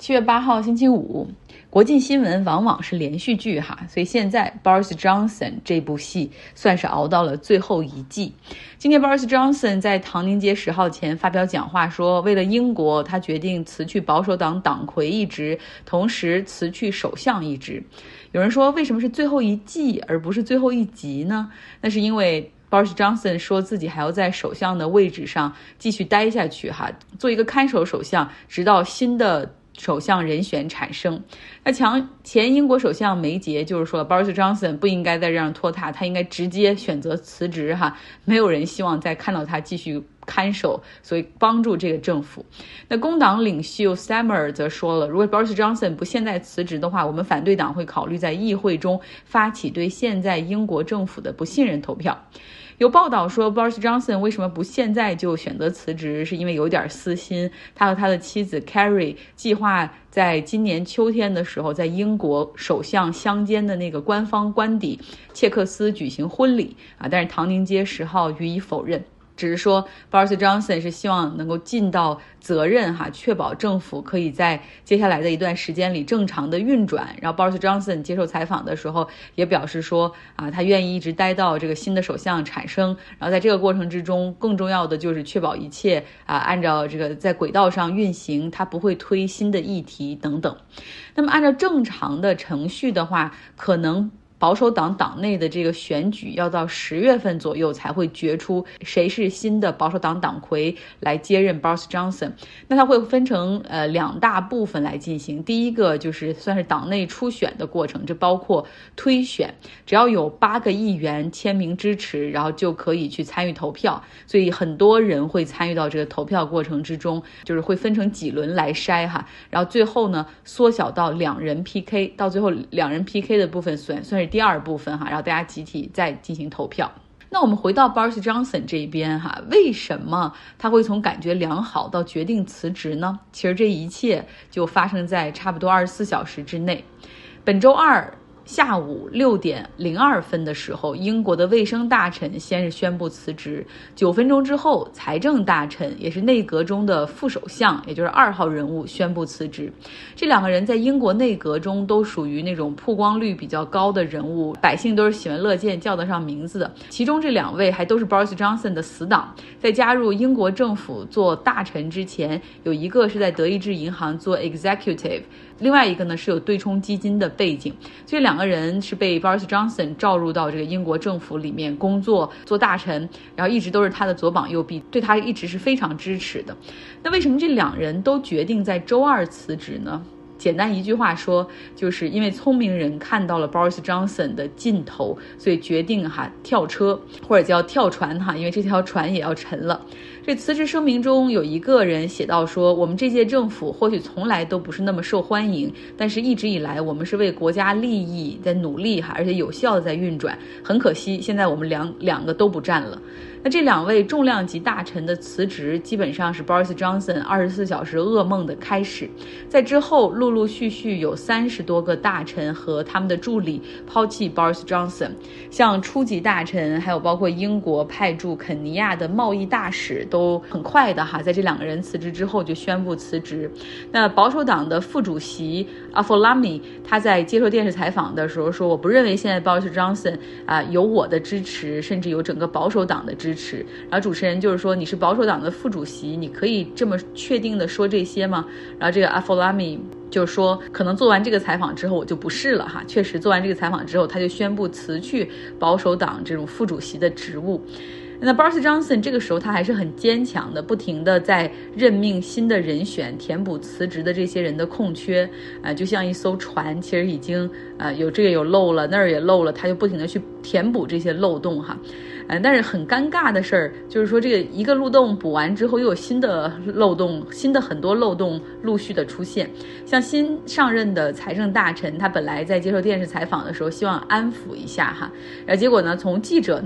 月8号星期五，国际新闻往往是连续剧哈，所以现在 Boris Johnson 这部戏算是熬到了最后一季。今天 Boris Johnson 在唐宁街10号前发表讲话说，为了英国，他决定辞去保守党党魁一职，同时辞去首相一职。有人说，为什么是最后一季而不是最后一集呢？那是因为Boris Johnson 说自己还要在首相的位置上继续待下去哈，做一个看守首相，直到新的首相人选产生。那前英国首相梅杰就是说 Boris Johnson 不应该再这样拖沓，他应该直接选择辞职哈，没有人希望再看到他继续看守，所以帮助这个政府。那工党领袖 Stammer 则说了，如果 Boris Johnson 不现在辞职的话，我们反对党会考虑在议会中发起对现在英国政府的不信任投票。有报道说 Boris Johnson 为什么不现在就选择辞职，是因为有点私心，他和他的妻子 Carrie 计划在今年秋天的时候在英国首相乡间的那个官方官邸切克斯举行婚礼啊，但是唐宁街10号予以否认，只是说 Boris Johnson 是希望能够尽到责任哈，确保政府可以在接下来的一段时间里正常的运转。然后 Boris Johnson 接受采访的时候也表示说他愿意一直待到这个新的首相产生，然后在这个过程之中更重要的就是确保一切按照这个在轨道上运行，他不会推新的议题等等。那么按照正常的程序的话，可能保守党党内的这个选举要到10月份左右才会决出谁是新的保守党党魁来接任 Boris Johnson。 那它会分成2大部分来进行。第一个就是算是党内初选的过程，这包括推选，只要有8个议员签名支持，然后就可以去参与投票，所以很多人会参与到这个投票过程之中，就是会分成几轮来筛哈，然后最后呢缩小到2人 PK， 到最后2人 PK 的部分算是第2部分哈，然后大家集体再进行投票。那我们回到 Boris Johnson 这一边哈，为什么他会从感觉良好到决定辞职呢？其实这一切就发生在差不多24小时之内。本周二下午6点02分的时候，英国的卫生大臣先是宣布辞职，9分钟之后，财政大臣也是内阁中的副首相，也就是2号人物宣布辞职。这2个人在英国内阁中都属于那种曝光率比较高的人物，百姓都是喜闻乐见，叫得上名字的。其中这2位还都是 Boris Johnson 的死党，在加入英国政府做大臣之前，有一个是在德意志银行做 executive， 另外一个呢是有对冲基金的背景。这2个人是被 Boris Johnson 召入到这个英国政府里面工作，做大臣，然后一直都是他的左膀右臂，对他一直是非常支持的。那为什么这2人都决定在周二辞职呢？简单一句话说，就是因为聪明人看到了 Boris Johnson 的尽头，所以决定跳车，或者叫跳船因为这条船也要沉了。这辞职声明中有一个人写到说，我们这届政府或许从来都不是那么受欢迎，但是一直以来我们是为国家利益在努力而且有效的在运转，很可惜现在我们两个都不占了。那这2位重量级大臣的辞职基本上是 Boris Johnson 24小时噩梦的开始。在之后陆陆续续有30多个大臣和他们的助理抛弃 Boris Johnson， 像初级大臣还有包括英国派驻肯尼亚的贸易大使都很快的在这2个人辞职之后就宣布辞职。那保守党的副主席 Afolabi 他在接受电视采访的时候说，我不认为现在 Boris Johnson 有我的支持，甚至有整个保守党的支持。然后主持人就是说，你是保守党的副主席，你可以这么确定的说这些吗？然后这个 Afolabi 就说，可能做完这个采访之后我就不是了确实做完这个采访之后他就宣布辞去保守党这种副主席的职务。那 Boris Johnson 这个时候他还是很坚强的，不停的在任命新的人选，填补辞职的这些人的空缺就像一艘船，其实已经有这个有漏了，那儿也漏了，他就不停的去填补这些漏洞但是很尴尬的事儿就是说，这个一个漏洞补完之后，又有新的漏洞，新的很多漏洞陆续的出现。像新上任的财政大臣，他本来在接受电视采访的时候，希望安抚一下然后结果呢，从记者那儿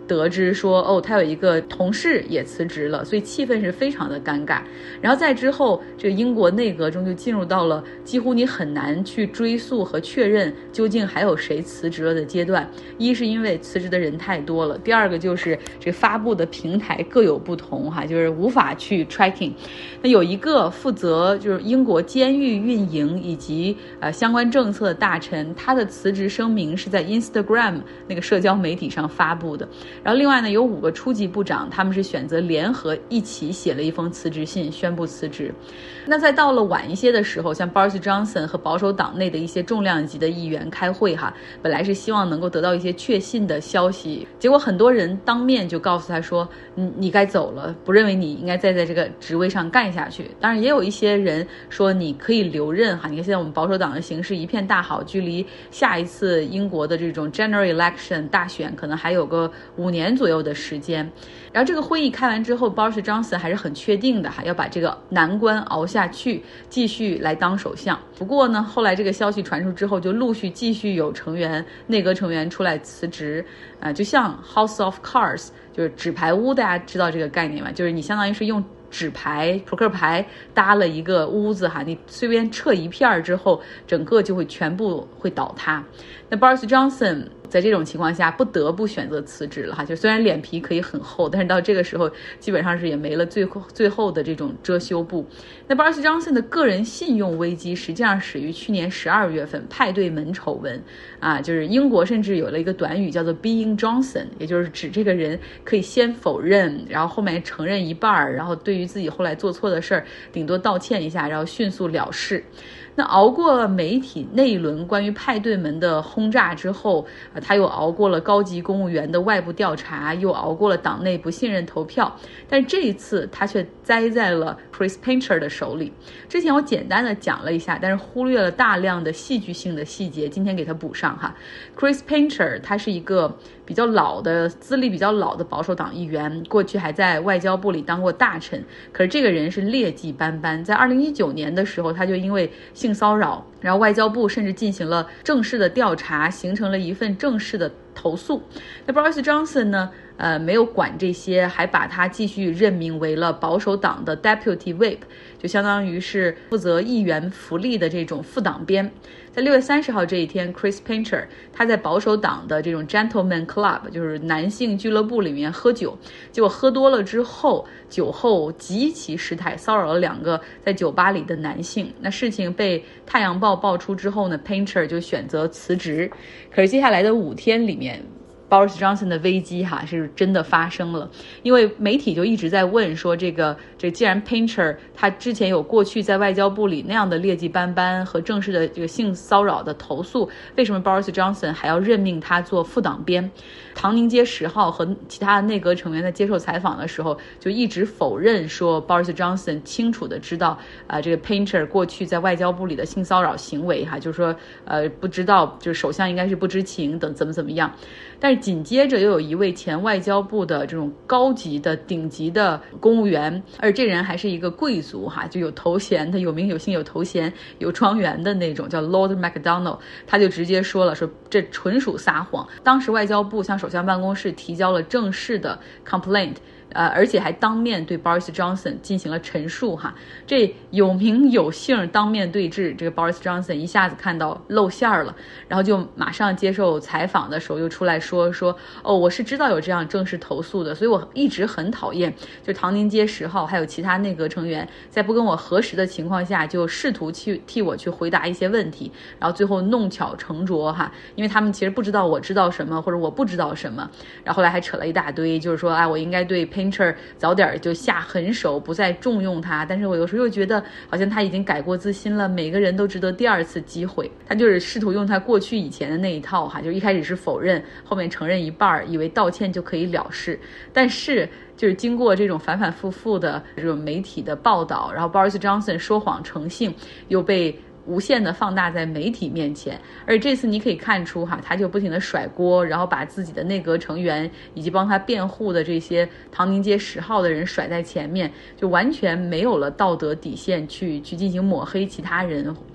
得知说他有一个同事也辞职了，所以气氛是非常的尴尬。然后在之后这个英国内阁中就进入到了几乎你很难去追溯和确认究竟还有谁辞职了的阶段。一是因为辞职的人太多了，第二个就是这发布的平台各有不同就是无法去 tracking。 那有一个负责就是英国监狱运营以及相关政策的大臣，他的辞职声明是在 Instagram 那个社交媒体上发布的。然后另外呢，有5个初级部长，他们是选择联合一起写了一封辞职信，宣布辞职。那在到了晚一些的时候，像 Boris Johnson 和保守党内的一些重量级的议员开会本来是希望能够得到一些确信的消息，结果很多人当面就告诉他说你该走了，不认为你应该再在这个职位上干下去。当然也有一些人说你可以留任你看现在我们保守党的形势一片大好，距离下一次英国的这种 General Election 大选可能还有个5年左右的时间。然后这个会议开完之后， Boris Johnson 还是很确定的要把这个难关熬下去，继续来当首相。不过呢，后来这个消息传出之后，就陆续继续有内阁成员出来辞职就像 House of Cards 就是纸牌屋，大家知道这个概念吗？就是你相当于是用纸牌扑克牌搭了一个屋子你随便撤一片之后，整个就会全部会倒塌。那 Boris Johnson 在这种情况下不得不选择辞职了就虽然脸皮可以很厚，但是到这个时候基本上是也没了最后的这种遮羞布。那 Boris Johnson 的个人信用危机实际上始于去年12月份派对门丑闻就是英国甚至有了一个短语叫做 Being Johnson， 也就是指这个人可以先否认，然后后面承认一半，然后对于自己后来做错的事儿顶多道歉一下，然后迅速了事。那熬过了媒体那一轮关于派对门的轰炸之后他又熬过了高级公务员的外部调查，又熬过了党内不信任投票，但是这一次他却栽在了 Chris Painter 的手里。之前我简单的讲了一下，但是忽略了大量的戏剧性的细节，今天给他补上Chris Painter 他是一个比较老的资历比较老的保守党议员，过去还在外交部里当过大臣。可是这个人是劣迹斑斑，在2019年的时候他就因为性骚扰，然后外交部甚至进行了正式的调查，形成了一份正式的投诉。那 Boris Johnson 呢没有管这些，还把他继续任命为了保守党的 Deputy Whip， 就相当于是负责议员福利的这种副党鞭。在6月30号这一天， Chris Painter 他在保守党的这种 Gentleman Club 就是男性俱乐部里面喝酒，结果喝多了之后，酒后极其失态，骚扰了2个在酒吧里的男性。那事情被太阳报爆出之后呢， Painter 就选择辞职。可是接下来的5天里面Boris Johnson 的危机是真的发生了，因为媒体就一直在问说这既然 Painter 他之前有过去在外交部里那样的劣迹斑斑和正式的这个性骚扰的投诉，为什么 Boris Johnson 还要任命他做副党鞭？唐宁街10号和其他的内阁成员在接受采访的时候就一直否认说 Boris Johnson 清楚的知道这个 Painter 过去在外交部里的性骚扰行为就是说不知道，就是首相应该是不知情等怎么样。但是紧接着又有一位前外交部的这种高级的顶级的公务员，而这人还是一个贵族就有头衔，他有名有姓有头衔有庄园的那种，叫 Lord MacDonald。 他就直接说了，说这纯属撒谎。当时外交部向首相办公室提交了正式的 complaint，而且还当面对 Boris Johnson 进行了陈述这有名有姓当面对质，这个 Boris Johnson 一下子看到露馅了，然后就马上接受采访的时候又出来说我是知道有这样正式投诉的，所以我一直很讨厌就唐宁街10号还有其他内阁成员在不跟我核实的情况下就试图去替我去回答一些问题，然后最后弄巧成拙因为他们其实不知道我知道什么或者我不知道什么，然后后来还扯了一大堆，就是说我应该对Painter 早点就下狠手，不再重用他。但是我有时候又觉得好像他已经改过自新了，每个人都值得第2次机会。他就是试图用他过去以前的那一套就一开始是否认，后面承认一半，以为道歉就可以了事。但是就是经过这种反反复复的这种媒体的报道，然后 Boris Johnson 说谎成性又被无限的放大在媒体面前。而这次你可以看出他就不停的甩锅，然后把自己的内阁成员以及帮他辩护的这些唐宁街10号的人甩在前面，就完全没有了道德底线去进行抹黑其他人，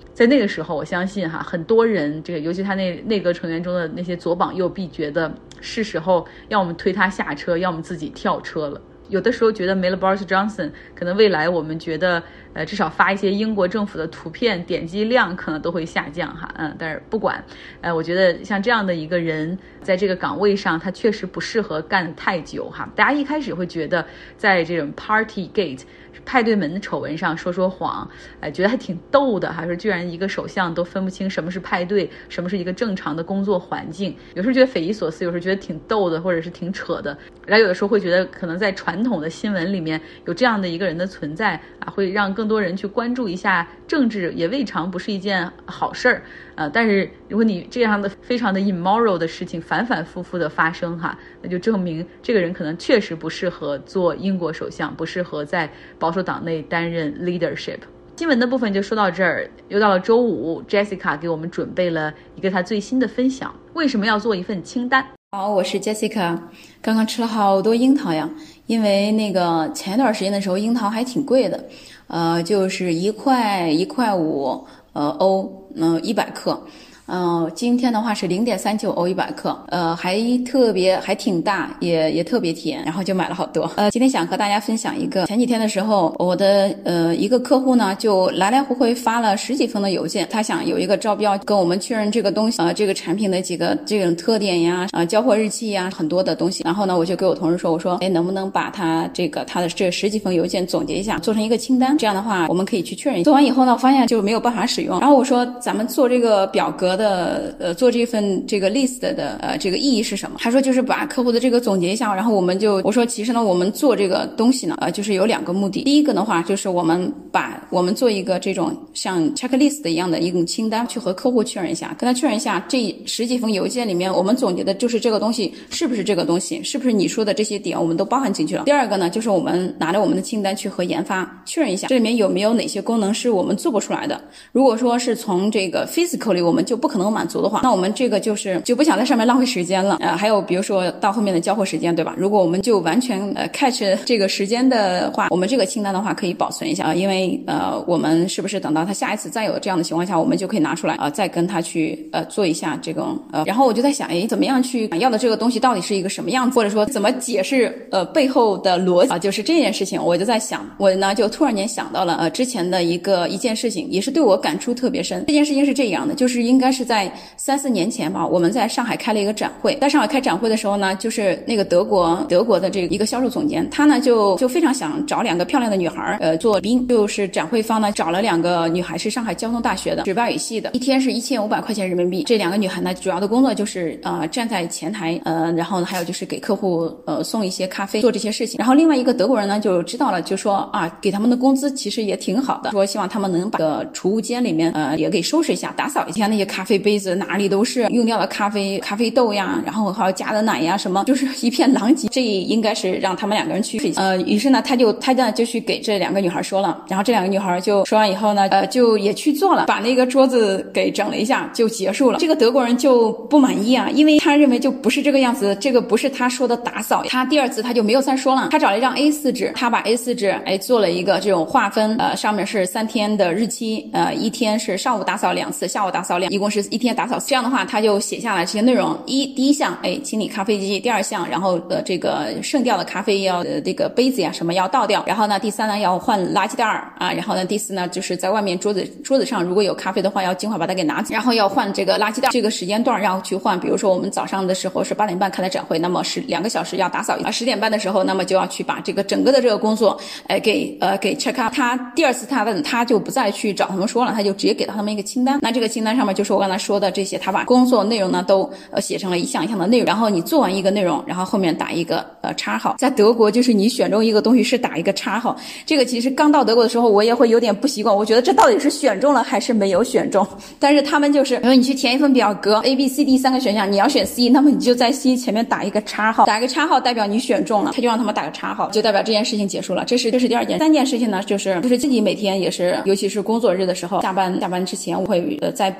在那个时候，我相信哈，很多人尤其他内阁成员中的那些左膀右臂，觉得是时候要么推他下车，要么自己跳车了。有的时候觉得没了 Boris Johnson， 可能未来我们觉得至少发一些英国政府的图片，点击量可能都会下降哈。但是不管，我觉得像这样的一个人在这个岗位上，他确实不适合干太久哈。大家一开始会觉得在这种 Partygate 派对门的丑闻上说谎，觉得还挺逗的哈，说居然一个首相都分不清什么是派对，什么是一个正常的工作环境，有时候觉得匪夷所思，有时候觉得挺逗的，或者是挺扯的。然后有的时候会觉得可能在传统的新闻里面有这样的一个人的存在啊，会让更多人去关注一下政治，也未尝不是一件好事儿。但是如果你这样的非常的 immoral 的事情反反复复的发生哈，那就证明这个人可能确实不适合做英国首相，不适合在保守党内担任 leadership。新闻的部分就说到这儿，又到了周五 ，Jessica 给我们准备了一个她最新的分享。为什么要做一份清单？ 好，我是 Jessica， 刚刚吃了好多樱桃呀，因为那个前一段时间的时候樱桃还挺贵的，就是1块1.5欧，100克。今天的话是0.39欧100克，还挺大，也特别甜，然后就买了好多。今天想和大家分享一个，前几天的时候，我的一个客户呢，就来来回回发了10几封的邮件，他想有一个招标，跟我们确认这个东西，这个产品的几个这种特点呀，交货日期呀，很多的东西。然后呢，我就给我同事说，我说，能不能把他的这10几封邮件总结一下，做成一个清单，这样的话我们可以去确认。做完以后呢，发现就没有办法使用。然后我说，咱们做这个表格做这份这个 list 的这个意义是什么？他说就是把客户的这个总结一下，然后我说其实呢，我们做这个东西呢，就是有2个目的。第一个的话，就是我们做一个这种像 checklist 一样的一种清单，去和客户确认一下，跟他确认一下这10几封邮件里面我们总结的就是这个东西是不是这个东西，是不是你说的这些点我们都包含进去了。第二个呢，就是我们拿着我们的清单去和研发确认一下，这里面有没有哪些功能是我们做不出来的。如果说是从这个 physically 我们就不可能满足的话，那我们这个就不想在上面浪费时间了。还有比如说到后面的交货时间，对吧？如果我们就完全catch 这个时间的话，我们这个清单的话可以保存一下，因为我们是不是等到他下一次再有这样的情况下，我们就可以拿出来再跟他去做一下这种然后我就在想，怎么样去要的这个东西到底是一个什么样子，或者说怎么解释背后的逻辑就是这件事情，我就在想，我呢就突然间想到了之前的一件事情，也是对我感触特别深。这件事情是这样的，就是应该是在3-4年前吧，我们在上海开了一个展会，在上海开展会的时候呢，就是那个德国的这个一个销售总监，他呢就非常想找2个漂亮的女孩做宾，就是展会方呢找了2个女孩是上海交通大学的，是外语系的，一天是1500块钱人民币。这2个女孩呢主要的工作就是站在前台，然后呢还有就是给客户送一些咖啡，做这些事情。然后另外一个德国人呢就知道了，就说给他们的工资其实也挺好的，说希望他们能把储物间里面也给收拾一下，打扫一下那些咖啡杯子哪里都是用掉的咖啡豆呀，然后还有加的奶呀什么，就是一片狼藉。这应该是让他们2个人去于是呢他呢就去给这2个女孩说了，然后这2个女孩就说完以后呢就也去做了，把那个桌子给整了一下就结束了。这个德国人就不满意因为他认为就不是这个样子，这个不是他说的打扫。他第2次他就没有再说了，他找了一张 A4 纸，他把 A4 纸做了一个这种划分，上面是3天的日期，一天是上午打扫2次，下午打扫2，一共是1天打扫。这样的话他就写下来这些内容，第一项清理咖啡机，第2项然后这个剩掉的咖啡要这个杯子呀什么要倒掉，然后呢第3呢要换垃圾袋然后呢第4呢就是在外面桌子上如果有咖啡的话要尽快把它给拿走，然后要换这个垃圾袋，这个时间段要去换。比如说我们早上的时候是8点半开的展会，那么2个小时要打扫10点半的时候，那么就要去把这个整个的这个工作给 check up。他第2次他就不再去找他们说了，他就直接给到他们一个清单。那这个清单上面就是我刚才说的这些，他把工作内容呢都写成了一项一项的内容，然后你做完一个内容，然后后面打一个叉号。在德国就是你选中一个东西是打一个叉号，这个其实刚到德国的时候我也会有点不习惯，我觉得这到底是选中了还是没有选中。但是他们就是因为你去填一份表格 ABCD 3个选项，你要选 C， 那么你就在 C 前面打一个叉号，打一个叉号代表你选中了，他就让他们打个叉号，就代表这件事情结束了。这是第2件。3件事情呢就是自己每天也是，尤其是工作日的时候，下班之前我会在本子上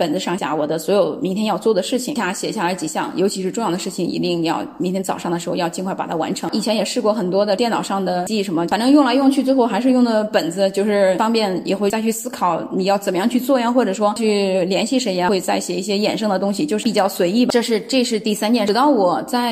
下我的所有明天要做的事情，写下来几项，尤其是重要的事情，一定要明天早上的时候要尽快把它完成。以前也试过很多的电脑上的记什么，反正用来用去，最后还是用的本子，就是方便，也会再去思考你要怎么样去做呀，或者说去联系谁呀，会再写一些衍生的东西，就是比较随意。这是第3件。直到我在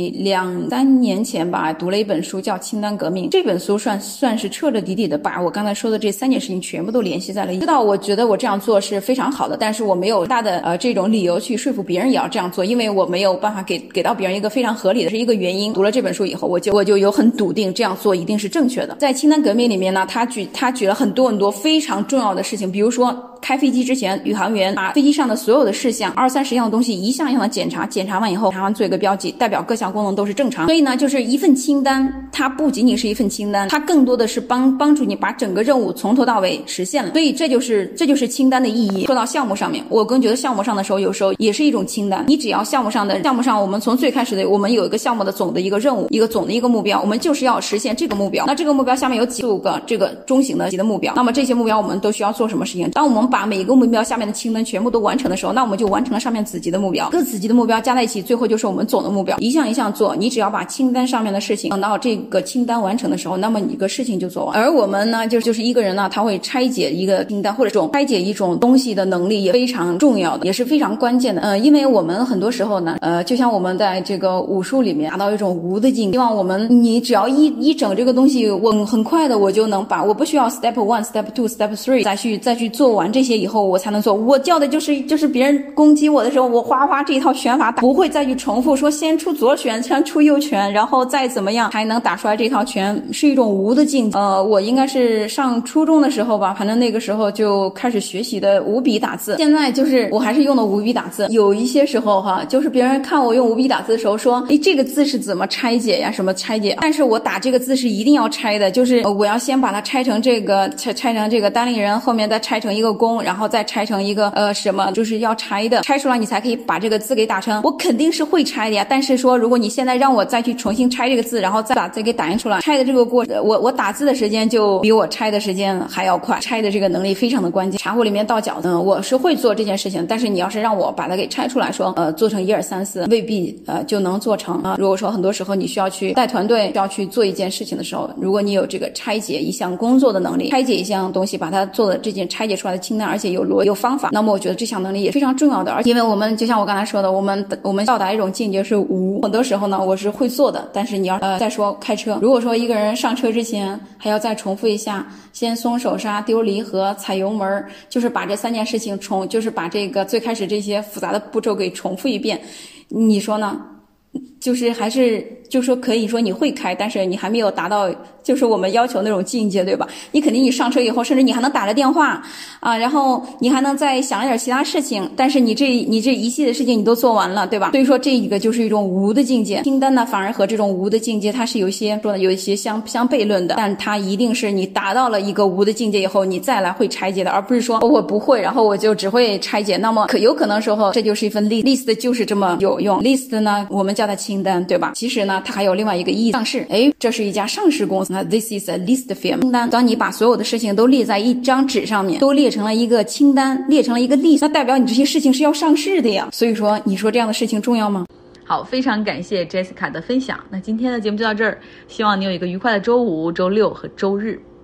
2-3年前吧，读了一本书叫《清单革命》，这本书算是彻彻底底的把我刚才说的这3件事情全部都联系在了一起。知道我觉得我这样做是非常好的，但是我没有大的这种理由去说服别人也要这样做，因为我没有办法给到别人一个非常合理的是一个原因。读了这本书以后，我就有很笃定这样做一定是正确的。在清单革命里面呢，他举了很多非常重要的事情，比如说开飞机之前，宇航员把飞机上的所有的事项20-30样的东西一项一项的检查完以后，做一个标记，代表各项功能都是正常。所以呢，就是一份清单，它不仅仅是一份清单，它更多的是帮助你把整个任务从头到尾实现了。所以这就是清单的意义。说到项目上面，我更觉得项目上的时候，有时候也是一种清单。你只要项目上，我们从最开始的我们有一个项目的总的一个任务，一个总的一个目标，我们就是要实现这个目标。那这个目标下面有几个这个中型的目标，那么这些目标我们都需要做什么事情？当我们把每一个目标下面的清单全部都完成的时候，那我们就完成了上面子级的目标。各子级的目标加在一起，最后就是我们总的目标。一项一项做，你只要把清单上面的事情等到这个清单完成的时候，那么你一个事情就做完。而我们呢，就是一个人呢，他会拆解一个清单或者拆解一种东西的能力也非常重要的，也是非常关键的。因为我们很多时候呢，就像我们在这个武术里面达到一种无的境界，希望你只要一整这个东西，我很快的我就能把，我不需要 step 1、step 2、step 3再去做完这些以后我才能做。我叫的就是别人攻击我的时候，我哗这一套拳法打，不会再去重复说先出左拳，先出右拳，然后再怎么样才能打出来这套拳，是一种无的境界。我应该是上初中的时候吧，反正那个时候就开始学习的五笔打字。现在就是我还是用的五笔打字，有一些时候哈，就是别人看我用五笔打字的时候说，这个字是怎么拆解呀？什么拆解？但是我打这个字是一定要拆的，就是我要先把它拆成这个单立人，后面再拆成一个弓，然后再拆成一个什么，就是要拆的，拆出来你才可以把这个字给打成。我肯定是会拆的呀，但是说如果你现在让我再去重新拆这个字，然后再把字给打印出来，拆的这个过程，我打字的时间就比我拆的时间还要快，拆的这个能力非常的关键。茶壶里面倒饺子，我是会做这件事情，但是你要是让我把它给拆出来说，做成1、2、3、4，未必就能做成啊。如果说很多时候你需要去带团队，需要去做一件事情的时候，如果你有这个拆解一项工作的能力，拆解一项东西，把它做的这件拆解出来的清单，而且有方法，那么我觉得这项能力也非常重要的。而因为我们就像我刚才说的，我们到达一种境界是无，很多时候呢我是会做的，但是你要再说开车，如果说一个人上车之前还要再重复一下，先松手刹、丢离合、踩油门，就是把这3件事情就是把这个最开始这些复杂的步骤给重复一遍，你说呢？就是还是就说可以说你会开，但是你还没有达到就是我们要求那种境界，对吧？你肯定你上车以后，甚至你还能打着电话啊，然后你还能再想一点其他事情，但是你这一系列事情你都做完了，对吧？所以说这一个就是一种无的境界。清单呢，反而和这种无的境界它是有一些相悖论的，但它一定是你达到了一个无的境界以后，你再来会拆解的，而不是说我不会，然后我就只会拆解。那么有可能时候这就是一份 list 就是这么有用。list 呢，我们叫它清单，对吧？其实呢，它还有另外一个意义，上市。这是一家上市公司，那 this is a list firm。清单，当你把所有的事情都列在一张纸上面，都列成了一个清单，列成了一个 list，那代表你这些事情是要上市的呀。所以说，你说这样的事情重要吗？ 好，非常感谢 Jessica 的分享。那今天的节目就到这儿，希望你有一个愉快的周五、周六和周日。